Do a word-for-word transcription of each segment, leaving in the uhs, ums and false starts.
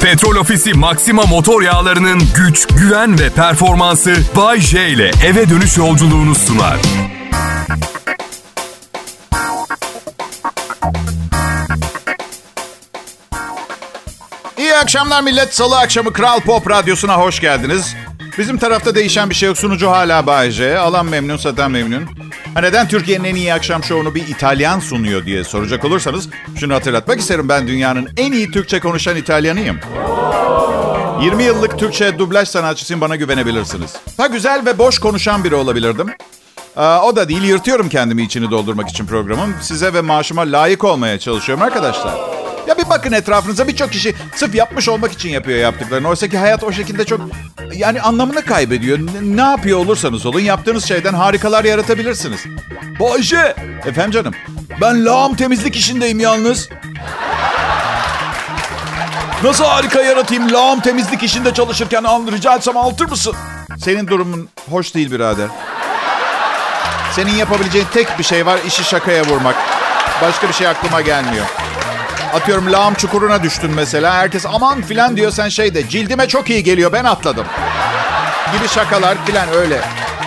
Petrol Ofisi Maxima motor yağlarının güç, güven ve performansı Bay J ile eve dönüş yolculuğunu sunar. İyi akşamlar millet. Salı akşamı Kral Pop Radyosu'na hoş geldiniz. Bizim tarafta değişen bir şey yok. Sunucu hala Bay J. Alan memnun, satan memnun. Ha, neden Türkiye'nin en iyi akşam şovunu bir İtalyan sunuyor diye soracak olursanız şunu hatırlatmak isterim. Ben dünyanın en iyi Türkçe konuşan İtalyanıyım. yirmi yıllık Türkçe dublaj sanatçısıyım, bana güvenebilirsiniz. Ha, güzel ve boş konuşan biri olabilirdim. Aa, o da değil, yırtıyorum kendimi içini doldurmak için programın. Size ve maaşıma layık olmaya çalışıyorum arkadaşlar. Ya bir bakın etrafınıza, birçok kişi sırf yapmış olmak için yapıyor yaptıklarını. Oysa ki hayat o şekilde çok yani anlamını kaybediyor. Ne, ne yapıyor olursanız olun yaptığınız şeyden harikalar yaratabilirsiniz. Bayşe! Efendim canım? Ben lağım temizlik işindeyim yalnız. Nasıl harika yaratayım lağım temizlik işinde çalışırken, rica etsem anlatır mısın? Senin durumun hoş değil birader. Senin yapabileceğin tek bir şey var, işi şakaya vurmak. Başka bir şey aklıma gelmiyor. Atıyorum lağım çukuruna düştün mesela. Herkes aman filan diyor, sen şey de cildime çok iyi geliyor ben atladım gibi şakalar filan öyle.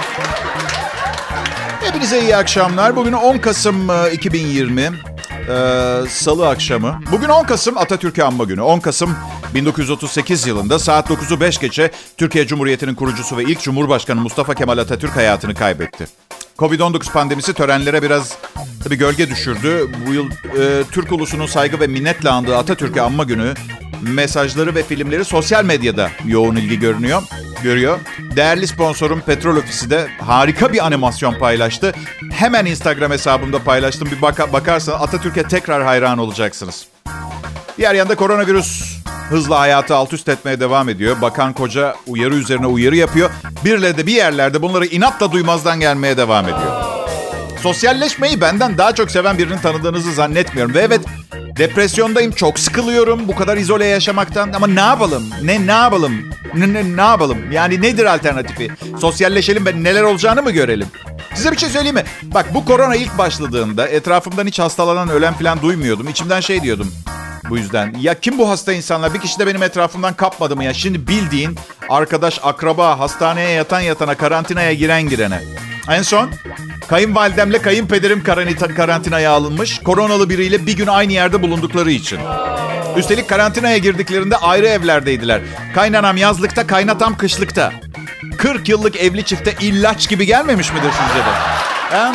Hepinize iyi akşamlar. Bugün on Kasım iki bin yirmi. Ee, Salı akşamı. Bugün on Kasım Atatürk'ü anma günü. on Kasım bin dokuz yüz otuz sekiz yılında saat dokuzu beş geçe Türkiye Cumhuriyeti'nin kurucusu ve ilk Cumhurbaşkanı Mustafa Kemal Atatürk hayatını kaybetti. covid on dokuz pandemisi törenlere biraz tabii gölge düşürdü. Bu yıl e, Türk ulusunun saygı ve minnetle andığı Atatürk'ü anma günü mesajları ve filmleri sosyal medyada yoğun ilgi görünüyor, görüyor. Değerli sponsorum Petrol Ofisi de harika bir animasyon paylaştı. Hemen Instagram hesabımda paylaştım. Bir baka, bakarsanız Atatürk'e tekrar hayran olacaksınız. Diğer yanda koronavirüs hızla hayatı alt üst etmeye devam ediyor. Bakan koca uyarı üzerine uyarı yapıyor. Birileri de bir yerlerde bunları inatla duymazdan gelmeye devam ediyor. Sosyalleşmeyi benden daha çok seven birini tanıdığınızı zannetmiyorum. Ve evet, depresyondayım, çok sıkılıyorum bu kadar izole yaşamaktan. Ama ne yapalım? Ne ne yapalım? Ne, ne, ne yapalım? Yani nedir alternatifi? Sosyalleşelim ve neler olacağını mı görelim? Size bir şey söyleyeyim mi? Bak, bu korona ilk başladığında etrafımdan hiç hastalanan, ölen falan duymuyordum. İçimden şey diyordum bu yüzden. Ya kim bu hasta insanlar? Bir kişi de benim etrafımdan kapmadı mı ya? Şimdi bildiğin arkadaş, akraba, hastaneye yatan yatana, karantinaya giren girene. En son kayınvalidemle kayınpederim karantinaya alınmış. Koronalı biriyle bir gün aynı yerde bulundukları için. Üstelik karantinaya girdiklerinde ayrı evlerdeydiler. Kaynanam yazlıkta, kaynatam kışlıkta. kırk yıllık evli çifte ilaç gibi gelmemiş midir sizce de? He?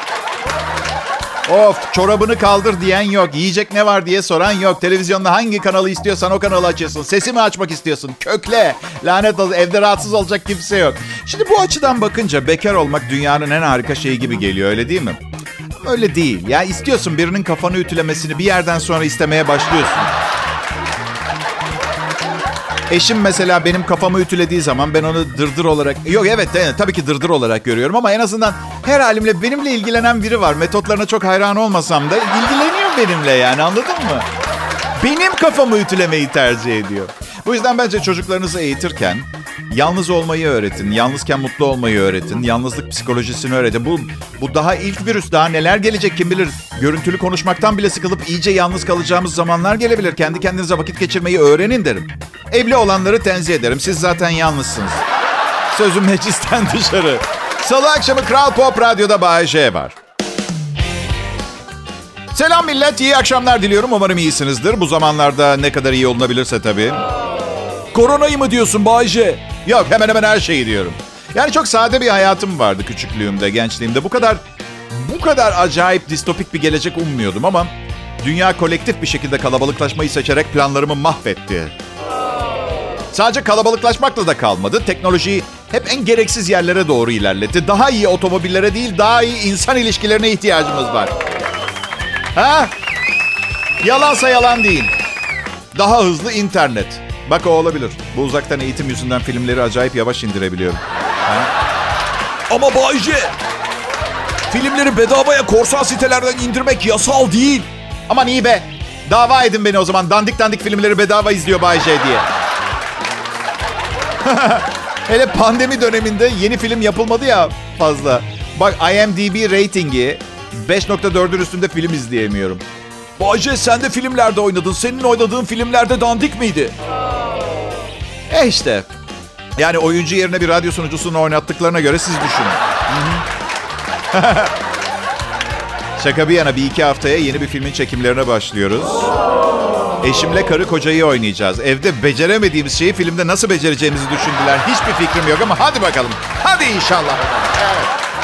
Of, çorabını kaldır diyen yok. Yiyecek ne var diye soran yok. Televizyonda hangi kanalı istiyorsan o kanalı açıyorsun. Sesimi açmak istiyorsun. Kökle. Lanet olsun. Evde rahatsız olacak kimse yok. Şimdi bu açıdan bakınca bekar olmak dünyanın en harika şeyi gibi geliyor, öyle değil mi? Ama öyle değil. Ya istiyorsun birinin kafanı ütülemesini, bir yerden sonra istemeye başlıyorsun. Eşim mesela benim kafamı ütülediği zaman ben onu dırdır olarak... Yok evet, evet tabii ki dırdır olarak görüyorum ama en azından her halimle benimle ilgilenen biri var. Metotlarına çok hayran olmasam da ilgileniyor benimle, yani anladın mı? Benim kafamı ütülemeyi tercih ediyor. Bu yüzden bence çocuklarınızı eğitirken yalnız olmayı öğretin. Yalnızken mutlu olmayı öğretin. Yalnızlık psikolojisini öğretin. Bu, bu daha ilk virüs. Daha neler gelecek kim bilir. Görüntülü konuşmaktan bile sıkılıp iyice yalnız kalacağımız zamanlar gelebilir. Kendi kendinize vakit geçirmeyi öğrenin derim. Evli olanları tenzih ederim. Siz zaten yalnızsınız. Sözüm meclisten dışarı. Salı akşamı Kral Pop Radyo'da Bay J var. Selam millet. İyi akşamlar diliyorum. Umarım iyisinizdir. Bu zamanlarda ne kadar iyi olunabilirse tabii. Koronayı mı diyorsun Bay J? Yok, hemen hemen her şeyi diyorum. Yani çok sade bir hayatım vardı küçüklüğümde, gençliğimde. Bu kadar bu kadar acayip distopik bir gelecek ummuyordum ama dünya kolektif bir şekilde kalabalıklaşmayı seçerek planlarımı mahvetti. Sadece kalabalıklaşmakla da kalmadı. Teknolojiyi hep en gereksiz yerlere doğru ilerletti. Daha iyi otomobillere değil, daha iyi insan ilişkilerine ihtiyacımız var. Ha? Yalansa yalan değil. Daha hızlı internet. Bak, o olabilir. Bu uzaktan eğitim yüzünden filmleri acayip yavaş indirebiliyorum. Ha? Ama Bay J, filmleri bedavaya korsan sitelerden indirmek yasal değil. Aman iyi be. Dava edin beni o zaman. Dandik dandik filmleri bedava izliyor Bay J diye. Hele pandemi döneminde yeni film yapılmadı ya fazla. Bak, I M D B ratingi beş nokta dördün üstünde film izleyemiyorum. Bay J, sen de filmlerde oynadın. Senin oynadığın filmlerde dandik miydi? E işte. Yani oyuncu yerine bir radyo sunucusunu oynattıklarına göre siz düşünün. Şaka bir yana bir iki haftaya yeni bir filmin çekimlerine başlıyoruz. Eşimle karı kocayı oynayacağız. Evde beceremediğimiz şeyi filmde nasıl becereceğimizi düşündüler. Hiçbir fikrim yok ama hadi bakalım. Hadi inşallah. Evet.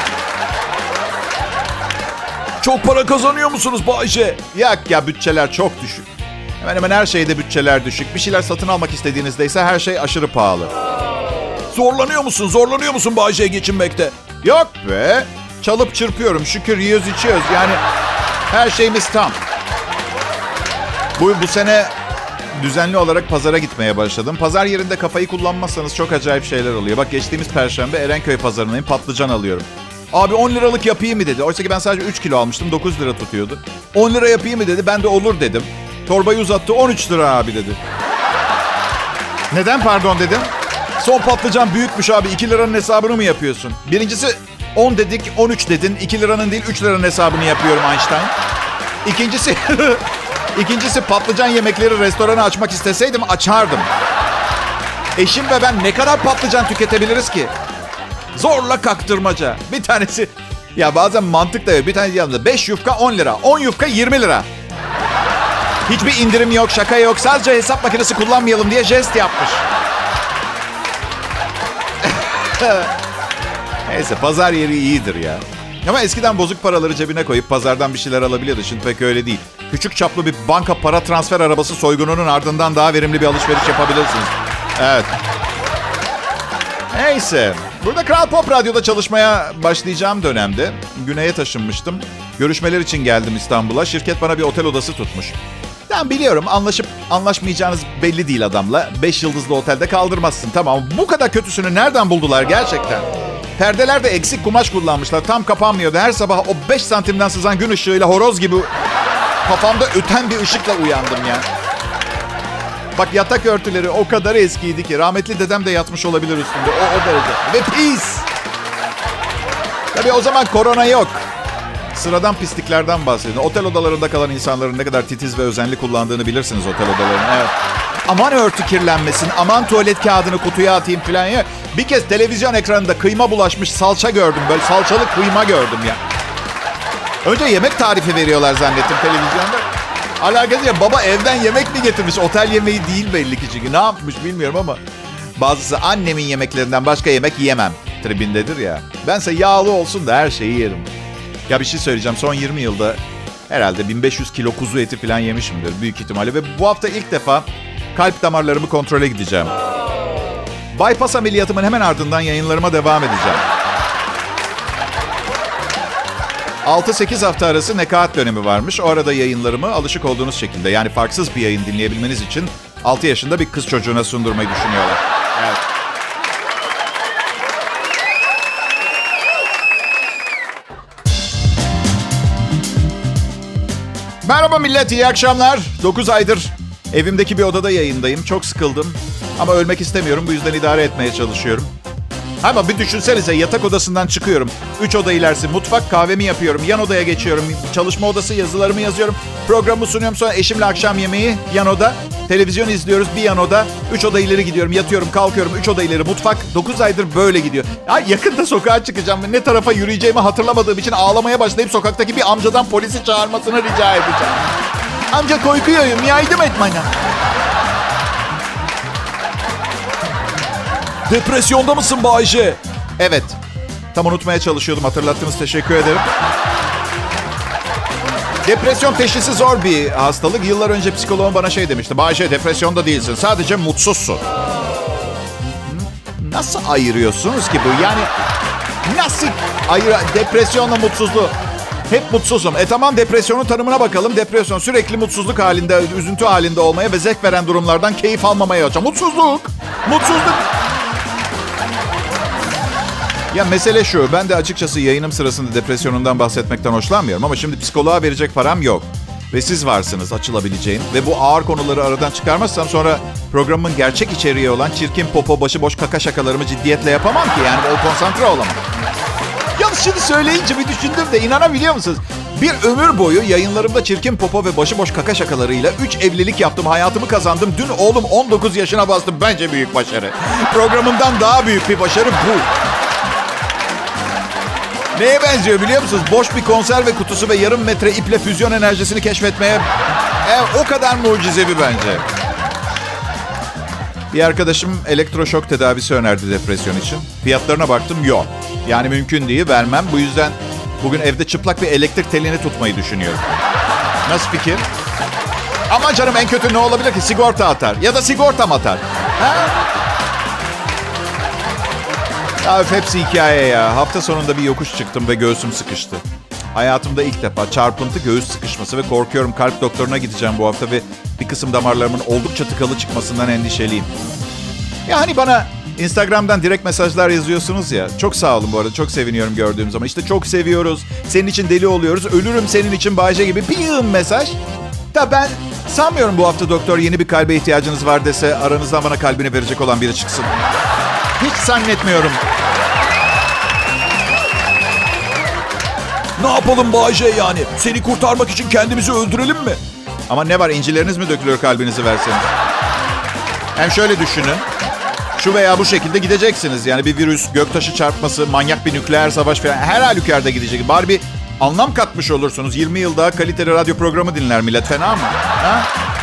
Çok para kazanıyor musunuz Bayce? Yak ya bütçeler çok düşük. Hemen hemen her şeyde bütçeler düşük. Bir şeyler satın almak istediğinizde ise her şey aşırı pahalı. Zorlanıyor musun? Zorlanıyor musun Bayce'ye geçinmekte? Yok be. Çalıp çırpıyorum. Şükür yiyoruz içiyoruz. Yani her şeyimiz tam. Bu, bu sene düzenli olarak pazara gitmeye başladım. Pazar yerinde kafayı kullanmazsanız çok acayip şeyler oluyor. Bak geçtiğimiz Perşembe Erenköy pazarındayım. Patlıcan alıyorum. Abi on liralık yapayım mı dedi. Oysa ki ben sadece üç kilo almıştım. dokuz lira tutuyordu. on lira yapayım mı dedi. Ben de olur dedim. Torbayı uzattı. on üç lira abi dedi. Neden pardon dedim. Son patlıcan büyükmüş abi. iki liranın hesabını mı yapıyorsun? Birincisi on dedik, on üç dedin. iki liranın değil üç liranın hesabını yapıyorum Einstein. İkincisi, ikincisi patlıcan yemekleri restoranı açmak isteseydim açardım. Eşim ve ben ne kadar patlıcan tüketebiliriz ki? Zorla kaktırmaca. Bir tanesi, ya bazen mantık da yok. Bir tanesi yanında beş yufka on lira, on yufka yirmi lira. Hiçbir indirim yok, şaka yok. Sadece hesap makinesi kullanmayalım diye jest yapmış. Neyse pazar yeri iyidir ya. Ama eskiden bozuk paraları cebine koyup pazardan bir şeyler alabiliyordu. Şimdi pek öyle değil. Küçük çaplı bir banka para transfer arabası soygununun ardından daha verimli bir alışveriş yapabilirsiniz. Evet. Neyse. Burada Kral Pop Radyo'da çalışmaya başlayacağım dönemde güneye taşınmıştım. Görüşmeler için geldim İstanbul'a. Şirket bana bir otel odası tutmuş. Ben biliyorum anlaşıp anlaşmayacağınız belli değil adamla. Beş yıldızlı otelde kaldırmazsın. Tamam, bu kadar kötüsünü nereden buldular gerçekten? Perdelerde eksik kumaş kullanmışlar. Tam kapanmıyordu. Her sabah o beş santimden sızan gün ışığıyla horoz gibi kafamda öten bir ışıkla uyandım ya. Bak yatak örtüleri o kadar eskiydi ki. Rahmetli dedem de yatmış olabilir üstünde. O, o derece. Ve pis. Tabii o zaman korona yok. Sıradan pisliklerden bahsediyorum. Otel odalarında kalan insanların ne kadar titiz ve özenli kullandığını bilirsiniz otel odalarını. Evet. Aman örtü kirlenmesin, aman tuvalet kağıdını kutuya atayım falan ya. Bir kez televizyon ekranında kıyma bulaşmış salça gördüm. Böyle salçalı kıyma gördüm ya. Önce yemek tarifi veriyorlar zannettim televizyonda. Alakası ya, baba evden yemek mi getirmiş? Otel yemeği değil belli ki çünkü. Ne yapmış bilmiyorum ama. Bazısı annemin yemeklerinden başka yemek yemem tribindedir ya. Bense yağlı olsun da her şeyi yerim. Ya bir şey söyleyeceğim. Son yirmi yılda herhalde bin beş yüz kilo kuzu eti falan yemişimdir büyük ihtimalle. Ve bu hafta ilk defa kalp damarlarımı kontrole gideceğim. Bypass ameliyatımın hemen ardından yayınlarıma devam edeceğim. altı sekiz hafta arası nekaat dönemi varmış. O arada yayınlarımı alışık olduğunuz şekilde, yani farksız bir yayın dinleyebilmeniz için altı yaşında bir kız çocuğuna sundurmayı düşünüyorlar. Evet. Merhaba millet, iyi akşamlar. dokuz aydır evimdeki bir odada yayındayım. Çok sıkıldım ama ölmek istemiyorum. Bu yüzden idare etmeye çalışıyorum. Ama bir düşünsenize, yatak odasından çıkıyorum. Üç oda ilerisi mutfak, kahvemi yapıyorum. Yan odaya geçiyorum. Çalışma odası, yazılarımı yazıyorum. Programı sunuyorum. Sonra eşimle akşam yemeği yan oda. Televizyon izliyoruz bir yan oda. Üç oda ileri gidiyorum. Yatıyorum, kalkıyorum. Üç oda ileri mutfak. Dokuz aydır böyle gidiyor. Ya yakında sokağa çıkacağım ve ne tarafa yürüyeceğimi hatırlamadığım için ağlamaya başlayıp sokaktaki bir amcadan polisi çağırmasını rica edeceğim. Amca korkuyorum, yardım et bana. Depresyonda mısın Bayce? Evet. Tam unutmaya çalışıyordum. Hatırlattınız. Teşekkür ederim. Depresyon teşhisi zor bir hastalık. Yıllar önce psikoloğum bana şey demişti. Bayce, depresyonda değilsin. Sadece mutsuzsun. Nasıl ayırıyorsunuz ki bu? Yani nasıl ayır depresyonla mutsuzluğu? Hep mutsuzum. E tamam, depresyonun tanımına bakalım. Depresyon sürekli mutsuzluk halinde, üzüntü halinde olmaya ve zevk veren durumlardan keyif almamaya açan. Mutsuzluk. Mutsuzluk. Ya mesele şu, ben de açıkçası yayınım sırasında depresyonundan bahsetmekten hoşlanmıyorum ama şimdi psikoloğa verecek param yok. Ve siz varsınız açılabileceğim. Ve bu ağır konuları aradan çıkarmazsam sonra programın gerçek içeriği olan çirkin popo, başıboş kaka şakalarımı ciddiyetle yapamam ki. Yani o konsantre olamam. Yalnız şimdi söyleyince bir düşündüm de inanabiliyor musunuz? Bir ömür boyu yayınlarımda çirkin popo ve başıboş kaka şakalarıyla üç evlilik yaptım, hayatımı kazandım. Dün oğlum on dokuz yaşına bastım. Bence büyük başarı. Programımdan daha büyük bir başarı bu. Neye benziyor biliyor musunuz? Boş bir konserve kutusu ve yarım metre iple füzyon enerjisini keşfetmeye... E, o kadar mucizevi bence. Bir arkadaşım elektroşok tedavisi önerdi depresyon için. Fiyatlarına baktım, yok. Yani mümkün değil, vermem. Bu yüzden bugün evde çıplak bir elektrik telini tutmayı düşünüyorum. Nasıl fikir? Ama canım en kötü ne olabilir ki? Sigorta atar. Ya da sigortam atar. Ha? Ya hepsi hikaye ya. Hafta sonunda bir yokuş çıktım ve göğsüm sıkıştı. Hayatımda ilk defa çarpıntı, göğüs sıkışması ve korkuyorum. Kalp doktoruna gideceğim bu hafta ve bir kısım damarlarımın oldukça tıkalı çıkmasından endişeliyim. Ya hani bana Instagram'dan direkt mesajlar yazıyorsunuz ya. Çok sağ olun bu arada. Çok seviniyorum gördüğüm zaman. İşte çok seviyoruz. Senin için deli oluyoruz. Ölürüm senin için Bayce gibi bir yığın mesaj. Da ben sanmıyorum bu hafta doktor yeni bir kalbe ihtiyacınız var dese aranızdan bana kalbini verecek olan biri çıksın. Hiç zannetmiyorum. Ne yapalım Bayce yani? Seni kurtarmak için kendimizi öldürelim mi? Ama ne var, incileriniz mi dökülüyor kalbinizi verseniz? Hem şöyle düşünün. Şu veya bu şekilde gideceksiniz. Yani bir virüs, göktaşı çarpması, manyak bir nükleer savaş falan her halükarda gidecek. Bari bir anlam katmış olursunuz. yirmi yıl daha kaliteli radyo programı dinler millet. Fena mı? Ha?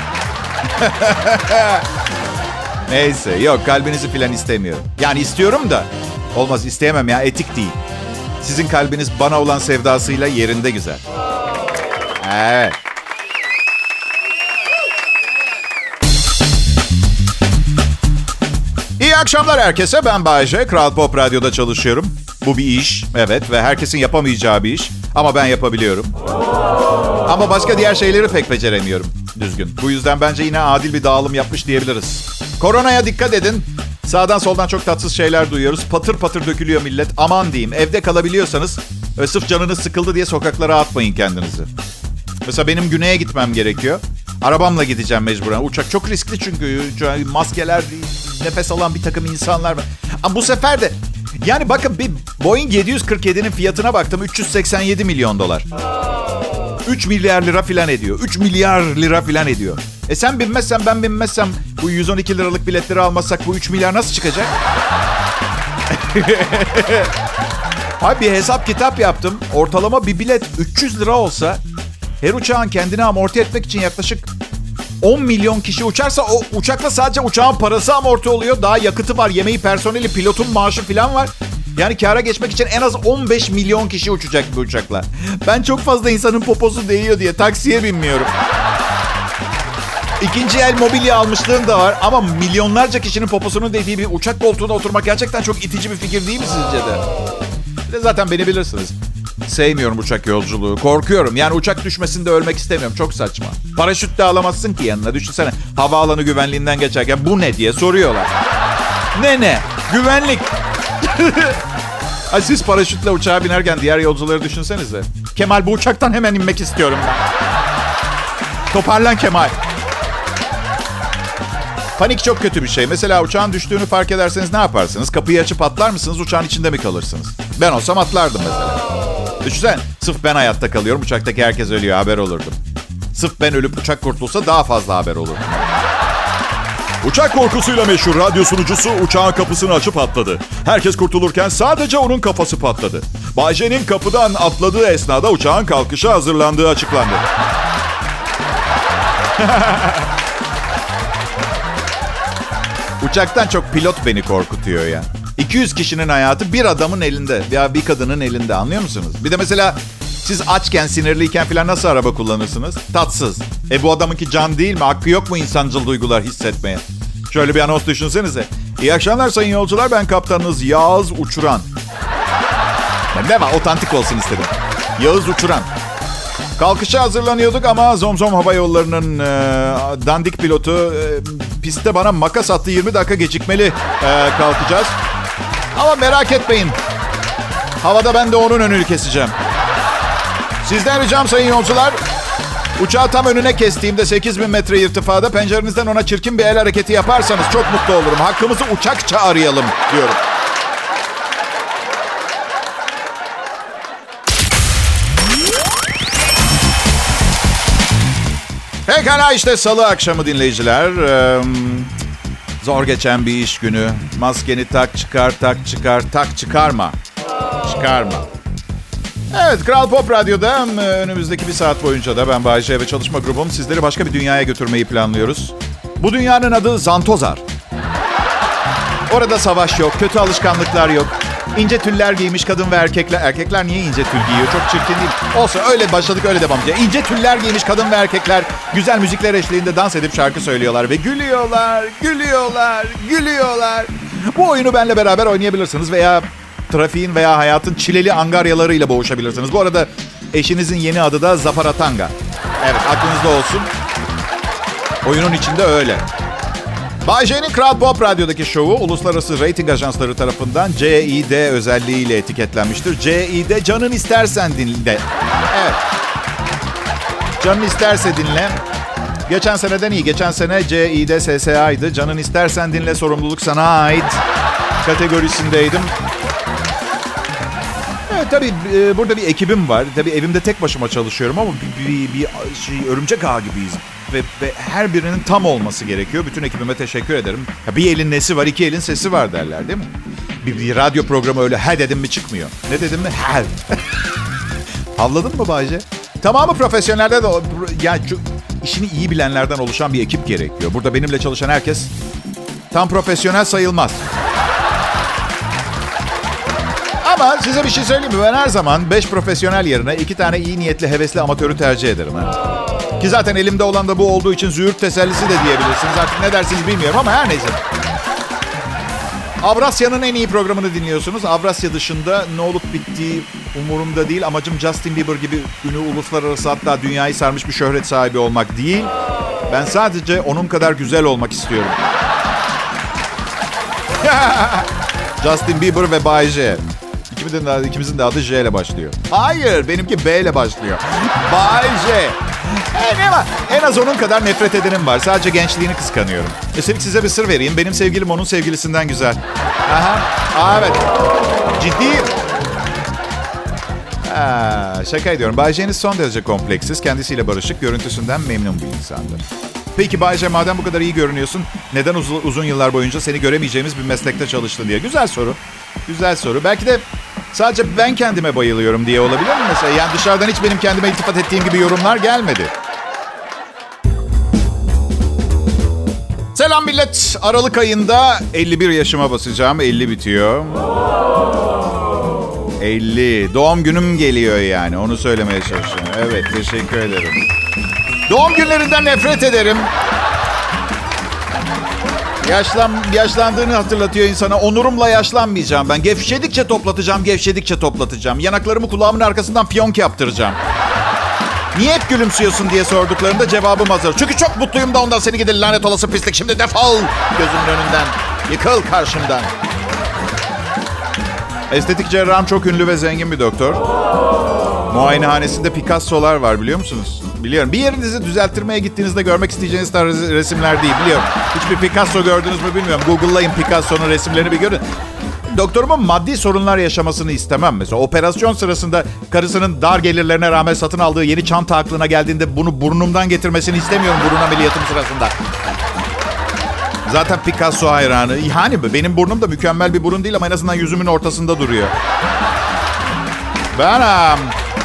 Neyse, yok kalbinizi falan istemiyorum. Yani istiyorum da olmaz, isteyemem ya, etik değil. Sizin kalbiniz bana olan sevdasıyla yerinde güzel. Evet. İyi akşamlar herkese. Ben Bayce. Kral Pop Radyo'da çalışıyorum. Bu bir iş, evet, ve herkesin yapamayacağı bir iş. Ama ben yapabiliyorum. Ama başka diğer şeyleri pek beceremiyorum düzgün. Bu yüzden bence yine adil bir dağılım yapmış diyebiliriz. Koronaya dikkat edin. Sağdan soldan çok tatsız şeyler duyuyoruz. Patır patır dökülüyor millet. Aman diyeyim, evde kalabiliyorsanız ve sırf canınız sıkıldı diye sokaklara atmayın kendinizi. Mesela benim güneye gitmem gerekiyor. Arabamla gideceğim mecburen. Uçak çok riskli çünkü. Maskeler, nefes alan bir takım insanlar var. Ama bu sefer de yani bakın bir Boeing yedi yüz kırk yedi'nin fiyatına baktım. üç yüz seksen yedi milyon dolar. üç milyar lira falan ediyor. üç milyar lira falan ediyor. E sen binmezsen ben binmezsem bu yüz on iki liralık biletleri almazsak bu üç milyar nasıl çıkacak? Abi bir hesap kitap yaptım. Ortalama bir bilet üç yüz lira olsa her uçağın kendini amorti etmek için yaklaşık on milyon kişi uçarsa o uçakla sadece uçağın parası amorti oluyor. Daha yakıtı var, yemeği, personeli, pilotun maaşı falan var. Yani kâra geçmek için en az on beş milyon kişi uçacak bu uçakla. Ben çok fazla insanın poposu değiyor diye taksiye binmiyorum. İkinci el mobilya almışlığım da var ama milyonlarca kişinin poposunun değdiği bir uçak koltuğuna oturmak gerçekten çok itici bir fikir değil mi sizce de? Bir de zaten beni bilirsiniz. Sevmiyorum uçak yolculuğu. Korkuyorum. Yani uçak düşmesinde ölmek istemiyorum. Çok saçma. Paraşüt de alamazsın ki yanına. Düşünsene havaalanı güvenliğinden geçerken bu ne diye soruyorlar. Ne ne? Güvenlik. Ay siz paraşütle uçağa binerken diğer yolcuları düşünsenize. Kemal bu uçaktan hemen inmek istiyorum ben. Toparlan Kemal. Panik çok kötü bir şey. Mesela uçağın düştüğünü fark ederseniz ne yaparsınız? Kapıyı açıp atlar mısınız? Uçağın içinde mi kalırsınız? Ben olsam atlardım mesela. Düşünsene, sırf ben hayatta kalıyorum. Uçaktaki herkes ölüyor. Haber olurdum. Sırf ben ölüp uçak kurtulsa daha fazla haber olurdu. Uçak korkusuyla meşhur radyo sunucusu uçağın kapısını açıp atladı. Herkes kurtulurken sadece onun kafası patladı. Bayce'nin kapıdan atladığı esnada uçağın kalkışa hazırlandığı açıklandı. Uçaktan çok pilot beni korkutuyor ya. iki yüz kişinin hayatı bir adamın elinde veya bir kadının elinde, anlıyor musunuz? Bir de mesela siz açken, sinirliyken falan nasıl araba kullanırsınız? Tatsız. E bu adamınki can değil mi? Hakkı yok mu insancıl duygular hissetmeye? Şöyle bir anons düşünsenize. İyi akşamlar sayın yolcular, ben kaptanınız Yağız Uçuran. Ne var? Otantik olsun istedim. Yağız Uçuran. Kalkışa hazırlanıyorduk ama Zomzom Hava Yolları'nın e, dandik pilotu e, pistte bana makas attı. yirmi dakika gecikmeli e, kalkacağız. Ama merak etmeyin. Havada ben de onun önünü keseceğim. Sizden ricam sayın yolcular. Uçağı tam önüne kestiğimde sekiz bin metre irtifada pencerenizden ona çirkin bir el hareketi yaparsanız çok mutlu olurum. Hakkımızı uçakça arayalım diyorum. Pekala, işte salı akşamı dinleyiciler. Ee, zor geçen bir iş günü. Maskeni tak çıkar, tak çıkar, tak çıkarma. Çıkarma. Evet, Kral Pop Radyo'da önümüzdeki bir saat boyunca da ben Bay J ve çalışma grubum sizleri başka bir dünyaya götürmeyi planlıyoruz. Bu dünyanın adı Zantozar. Orada savaş yok, kötü alışkanlıklar yok. İnce tüller giymiş kadın ve erkekler. Erkekler niye ince tül giyiyor? Çok çirkin değil. Olsa öyle başladık, öyle devam edeceğiz. İnce tüller giymiş kadın ve erkekler güzel müzikler eşliğinde dans edip şarkı söylüyorlar. Ve gülüyorlar, gülüyorlar, gülüyorlar. Bu oyunu benimle beraber oynayabilirsiniz veya trafiğin veya hayatın çileli angaryalarıyla boğuşabilirsiniz. Bu arada eşinizin yeni adı da Zaparatanga. Evet, aklınızda olsun. Oyunun içinde öyle. Bay J'nin Kral Pop Radyo'daki şovu uluslararası reyting ajansları tarafından C I D özelliğiyle etiketlenmiştir. C I D, canın istersen dinle. Evet. Canın isterse dinle. Geçen seneden iyi. Geçen sene C I D S S A'ydı. Canın istersen dinle, sorumluluk sana ait kategorisindeydim. Evet, tabii e, burada bir ekibim var. Tabii evimde tek başıma çalışıyorum ama bir, bir, bir şey, örümcek ağı gibiyiz. Ve, ve her birinin tam olması gerekiyor. Bütün ekibime teşekkür ederim. Ya bir elin nesi var, iki elin sesi var derler değil mi? Bir, bir radyo programı öyle he dedim mi çıkmıyor. Ne dedim mi? He. Havladın mı Bayce? Tamamı profesyoneller de, yani şu, işini iyi bilenlerden oluşan bir ekip gerekiyor. Burada benimle çalışan herkes tam profesyonel sayılmaz. Ama size bir şey söyleyeyim mi? Ben her zaman beş profesyonel yerine iki tane iyi niyetli, hevesli amatörü tercih ederim. Ha? Ki zaten elimde olan da bu olduğu için züğürt tesellisi de diyebilirsiniz. Artık ne dersiniz bilmiyorum ama her neyse. Avrasya'nın en iyi programını dinliyorsunuz. Avrasya dışında ne olup bittiği umurumda değil. Amacım Justin Bieber gibi ünlü, uluslararası, hatta dünyayı sarmış bir şöhret sahibi olmak değil. Ben sadece onun kadar güzel olmak istiyorum. Justin Bieber ve Bay J. İkimizin de, ikimizin de adı J ile başlıyor. Hayır, benimki B ile başlıyor. Bay J. E, ne var? En az onun kadar nefret edenim var. Sadece gençliğini kıskanıyorum. Üstelik size bir sır vereyim. Benim sevgilim onun sevgilisinden güzel. Aha. Aa, evet. Ciddiyim. Ha, şaka ediyorum. Bay J'niz son derece kompleksiz. Kendisiyle barışık, görüntüsünden memnun bir insandır. Peki Bay J, madem bu kadar iyi görünüyorsun, neden uz- uzun yıllar boyunca seni göremeyeceğimiz bir meslekte çalıştın diye? Güzel soru. Güzel soru. Belki de sadece ben kendime bayılıyorum diye olabilir mi mesela? Yani dışarıdan hiç benim kendime iltifat ettiğim gibi yorumlar gelmedi. Selam millet. Aralık ayında elli bir yaşıma basacağım. elli bitiyor. elli. Doğum günüm geliyor yani. Onu söylemeye çalışıyorum. Evet, teşekkür ederim. Doğum günlerinden nefret ederim. Yaşlan, yaşlandığını hatırlatıyor insana. Onurumla yaşlanmayacağım ben. Gevşedikçe toplatacağım, gevşedikçe toplatacağım. Yanaklarımı kulağımın arkasından fiyonk yaptıracağım. Niye hep gülümsüyorsun diye sorduklarında cevabım hazır. Çünkü çok mutluyum da ondan, seni gidi lanet olası pislik. Şimdi defol gözümün önünden. Yıkıl karşımdan. Estetik cerrahım çok ünlü ve zengin bir doktor. Muayenehanesinde Picasso'lar var, biliyor musunuz? Biliyorum. Bir yerinizi düzelttirmeye gittiğinizde görmek isteyeceğiniz tarz resimler değil, biliyorum. Hiçbir Picasso gördünüz mü bilmiyorum. Google'layın Picasso'nun resimlerini bir görün. Doktorumun maddi sorunlar yaşamasını istemem. Mesela operasyon sırasında karısının dar gelirlerine rağmen satın aldığı yeni çanta aklına geldiğinde bunu burnumdan getirmesini istemiyorum burun ameliyatım sırasında. Zaten Picasso hayranı. Yani benim burnum da mükemmel bir burun değil ama en azından yüzümün ortasında duruyor. Ben... Um,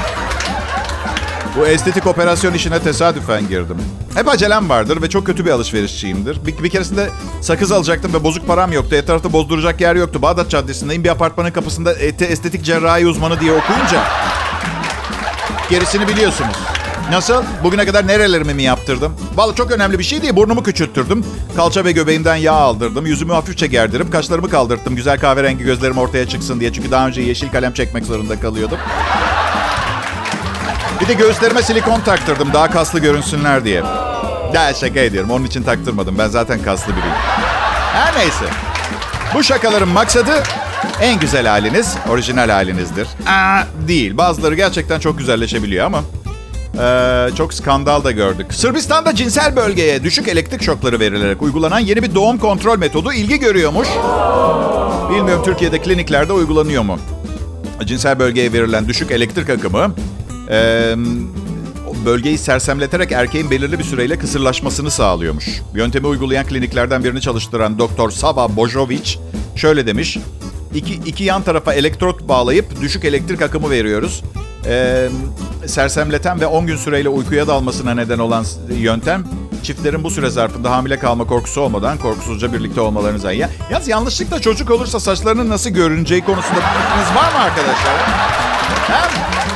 Bu estetik operasyon işine tesadüfen girdim. Hep acelem vardır ve çok kötü bir alışverişçiyimdir. Bir, bir keresinde sakız alacaktım ve bozuk param yoktu. Etrafta bozduracak yer yoktu. Bağdat Caddesi'ndeyim, bir apartmanın kapısında estetik cerrahi uzmanı diye okuyunca gerisini biliyorsunuz. Nasıl? Bugüne kadar nerelerimi mi yaptırdım? Vallahi çok önemli bir şey değil. Burnumu küçülttürdüm. Kalça ve göbeğimden yağ aldırdım. Yüzümü hafifçe gerdirip kaşlarımı kaldırttım. Güzel kahverengi gözlerim ortaya çıksın diye. Çünkü daha önce yeşil kalem çekmek zorunda kalıyordum. Bir de göğüslerime silikon taktırdım daha kaslı görünsünler diye. Ya şaka ediyorum, onun için taktırmadım. Ben zaten kaslı biriyim. Her neyse. Bu şakaların maksadı en güzel haliniz orijinal halinizdir. Aa, değil. Bazıları gerçekten çok güzelleşebiliyor ama ee, çok skandal da gördük. Sırbistan'da cinsel bölgeye düşük elektrik şokları verilerek uygulanan yeni bir doğum kontrol metodu ilgi görüyormuş. Bilmiyorum Türkiye'de kliniklerde uygulanıyor mu? Cinsel bölgeye verilen düşük elektrik akımı Ee, bölgeyi sersemleterek erkeğin belirli bir süreyle kısırlaşmasını sağlıyormuş. Yöntemi uygulayan kliniklerden birini çalıştıran Doktor Sava Bojovic şöyle demiş. İki, iki yan tarafa elektrot bağlayıp düşük elektrik akımı veriyoruz. Ee, sersemleten ve on gün süreyle uykuya dalmasına neden olan yöntem, çiftlerin bu süre zarfında hamile kalma korkusu olmadan korkusuzca birlikte olmalarını sağlıyor. Yalnız yanlışlıkla çocuk olursa saçlarının nasıl görüneceği konusunda bir fikriniz var mı arkadaşlar? Hem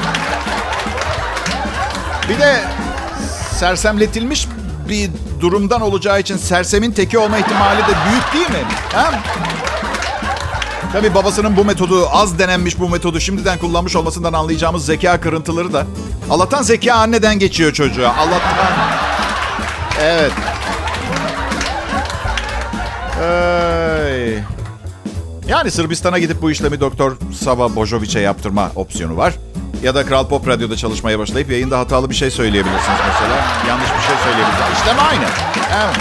bir de sersemletilmiş bir durumdan olacağı için sersemin teki olma ihtimali de büyük değil mi? Hem tabii babasının bu metodu, az denenmiş bu metodu şimdiden kullanmış olmasından anlayacağımız zeka kırıntıları da. Allah'tan zeka anneden geçiyor çocuğa. Allah'tan. Evet. Ay. Yani Sırbistan'a gidip bu işlemi Doktor Sava Bojovic'e yaptırma opsiyonu var. Ya da Kral Pop Radyo'da çalışmaya başlayıp yayında hatalı bir şey söyleyebilirsiniz mesela. Yanlış bir şey söyleyebilirsiniz. İşlem aynı. Evet.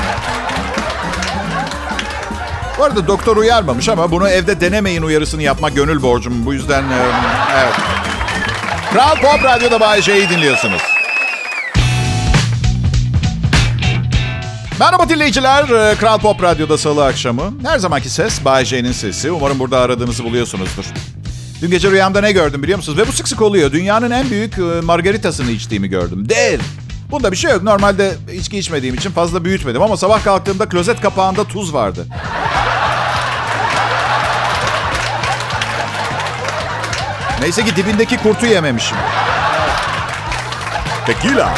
Bu arada doktor uyarmamış ama bunu evde denemeyin uyarısını yapmak gönül borcum. Bu yüzden evet. Kral Pop Radyo'da Bay J'yi dinliyorsunuz. Merhaba dinleyiciler. Kral Pop Radyo'da salı akşamı. Her zamanki ses Bay J'nin sesi. Umarım burada aradığınızı buluyorsunuzdur. Dün gece rüyamda ne gördüm biliyor musunuz? Ve bu sık sık oluyor. Dünyanın en büyük margaritasını içtiğimi gördüm. Dev. Bunda bir şey yok. Normalde içki içmediğim için fazla büyütmedim. Ama sabah kalktığımda klozet kapağında tuz vardı. Neyse ki dibindeki kurtu yememişim. Tequila.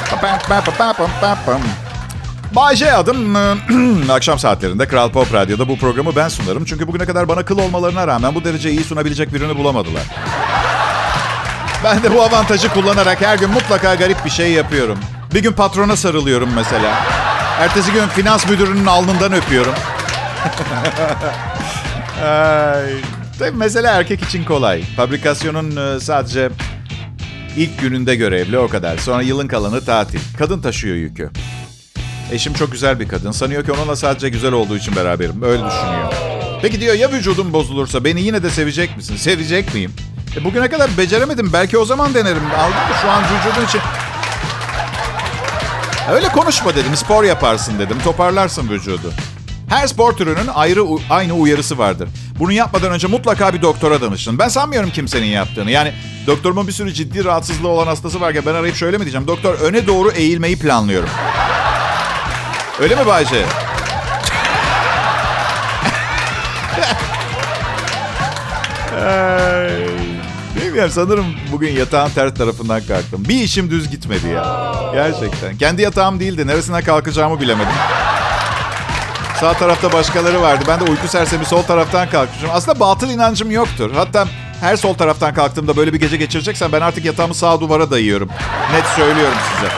Bay J adım. Akşam saatlerinde Kral Pop Radyo'da bu programı ben sunarım. Çünkü bugüne kadar bana kıl olmalarına rağmen bu derece iyi sunabilecek birini bulamadılar. Ben de bu avantajı kullanarak her gün mutlaka garip bir şey yapıyorum. Bir gün patrona sarılıyorum mesela. Ertesi gün finans müdürünün alnından öpüyorum. Ay, tabii mesele erkek için kolay. Fabrikasyonun sadece ilk gününde görevli, o kadar. Sonra yılın kalanı tatil. Kadın taşıyor yükü. Eşim çok güzel bir kadın. Sanıyor ki onunla sadece güzel olduğu için beraberim. Öyle düşünüyor. Peki diyor, ya vücudum bozulursa beni yine de sevecek misin? Sevecek miyim? E bugüne kadar beceremedim. Belki o zaman denerim. Aldın mı şu an vücudun için? Öyle konuşma dedim. Spor yaparsın dedim. Toparlarsın vücudu. Her spor türünün ayrı aynı uyarısı vardır. Bunu yapmadan önce mutlaka bir doktora danışın. Ben sanmıyorum kimsenin yaptığını. Yani doktorumun bir sürü ciddi rahatsızlığı olan hastası varken ben arayıp şöyle mi diyeceğim? Doktor, öne doğru eğilmeyi planlıyorum. Öyle mi Bay J? Bilmiyorum, sanırım bugün yatağın ters tarafından kalktım. Bir işim düz gitmedi ya. Gerçekten. Kendi yatağım değildi. Neresinden kalkacağımı bilemedim. Sağ tarafta başkaları vardı. Ben de uyku sersemi sol taraftan kalkmışım. Aslında batıl inancım yoktur. Hatta her sol taraftan kalktığımda böyle bir gece geçireceksem ben artık yatağımı sağ duvara dayıyorum. Net söylüyorum size.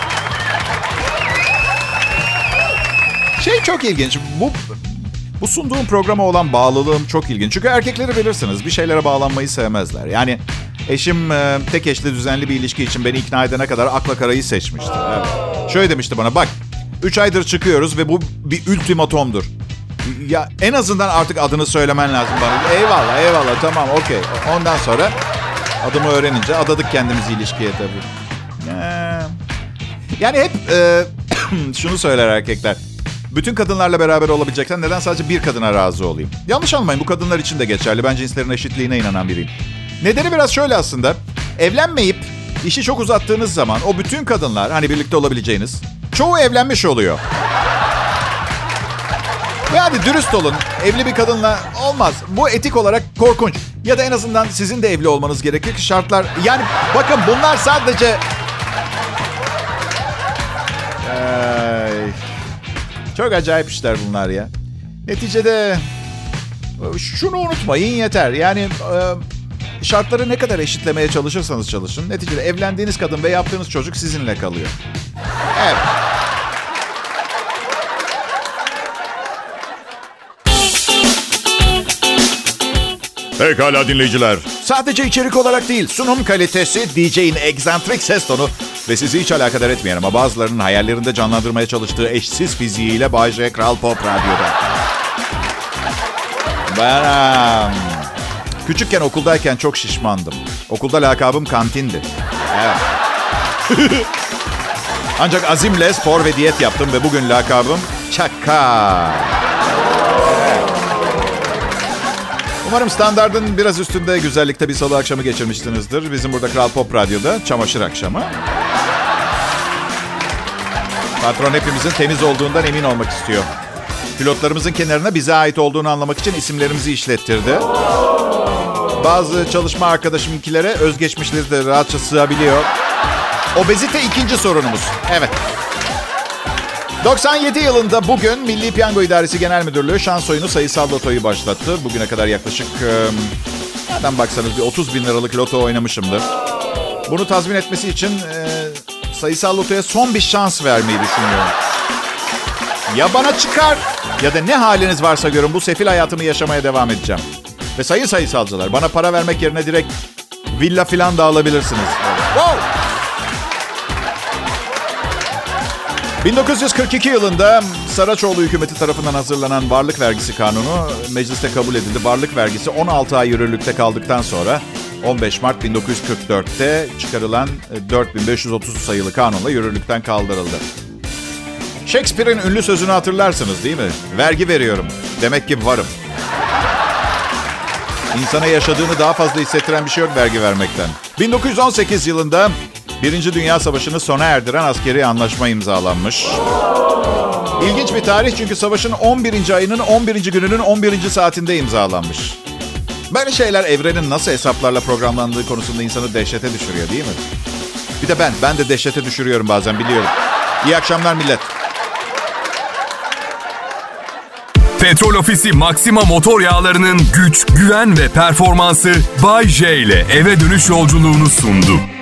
Şey çok ilginç. Bu bu sunduğum programa olan bağlılığım çok ilginç. Çünkü erkekleri bilirsiniz. Bir şeylere bağlanmayı sevmezler. Yani eşim e, tek eşli düzenli bir ilişki için beni ikna edene kadar akla karayı seçmişti. Evet. Şöyle demişti bana, bak üç aydır çıkıyoruz ve bu bir ultimatomdur. Ya en azından artık adını söylemen lazım bana. Eyvallah eyvallah tamam okey. Ondan sonra adımı öğrenince adadık kendimizi ilişkiye tabii. Yani hep e, şunu söyler erkekler. Bütün kadınlarla beraber olabileceksen neden sadece bir kadına razı olayım? Yanlış anlamayın, bu kadınlar için de geçerli. Ben cinslerin eşitliğine inanan biriyim. Nedeni biraz şöyle aslında. Evlenmeyip işi çok uzattığınız zaman o bütün kadınlar, hani birlikte olabileceğiniz, çoğu evlenmiş oluyor. Ve hadi dürüst olun. Evli bir kadınla olmaz. Bu etik olarak korkunç. Ya da en azından sizin de evli olmanız gerekir ki şartlar... Yani bakın bunlar sadece... Ay... Çok acayip işler bunlar ya. Neticede şunu unutmayın yeter. Yani şartları ne kadar eşitlemeye çalışırsanız çalışın. Neticede evlendiğiniz kadın ve yaptığınız çocuk sizinle kalıyor. Evet. Pekala dinleyiciler. Sadece içerik olarak değil, sunum kalitesi, D J'in egzantrik ses tonu ve sizi hiç alakadar etmeyen ama bazılarının hayallerinde canlandırmaya çalıştığı eşsiz fiziğiyle Bay J Kral Pop Radyo'da. Ben um, küçükken okuldayken çok şişmandım. Okulda lakabım kantindi. Evet. Ancak azimle spor ve diyet yaptım ve bugün lakabım Çakal. Umarım standardın biraz üstünde güzellikte bir salı akşamı geçirmişsinizdir. Bizim burada Kral Pop Radyo'da çamaşır akşamı. Patron hepimizin temiz olduğundan emin olmak istiyor. Pilotlarımızın kenarına bize ait olduğunu anlamak için isimlerimizi işlettirdi. Bazı çalışma arkadaşımkilere özgeçmişleri de rahatça sığabiliyor. Obezite ikinci sorunumuz. Evet. doksan yedi yılında bugün Milli Piyango İdaresi Genel Müdürlüğü şans oyunu sayısal lotoyu başlattı. Bugüne kadar yaklaşık nereden baksanız bir otuz bin liralık loto oynamışımdır. Bunu tazmin etmesi için e, sayısal lotoya son bir şans vermeyi düşünüyorum. Ya bana çıkar ya da ne haliniz varsa görün, bu sefil hayatımı yaşamaya devam edeceğim. Ve sayın sayısalcılar, bana para vermek yerine direkt villa falan da alabilirsiniz. Wow! bin dokuz yüz kırk iki yılında Saraçoğlu hükümeti tarafından hazırlanan Varlık Vergisi Kanunu mecliste kabul edildi. Varlık vergisi on altı ay yürürlükte kaldıktan sonra on beş Mart bin dokuz yüz kırk dörtte çıkarılan dört bin beş yüz otuz sayılı kanunla yürürlükten kaldırıldı. Shakespeare'in ünlü sözünü hatırlarsınız değil mi? Vergi veriyorum. Demek ki varım. İnsana yaşadığını daha fazla hissettiren bir şey yok vergi vermekten. bin dokuz yüz on sekiz yılında Birinci Dünya Savaşı'nı sona erdiren askeri anlaşma imzalanmış. İlginç bir tarih çünkü savaşın on birinci ayının on birinci gününün on birinci saatinde imzalanmış. Böyle şeyler evrenin nasıl hesaplarla programlandığı konusunda insanı dehşete düşürüyor değil mi? Bir de ben, ben de dehşete düşürüyorum bazen, biliyorum. İyi akşamlar millet. Petrol Ofisi Maxima motor yağlarının güç, güven ve performansı Bay J ile eve dönüş yolculuğunu sundu.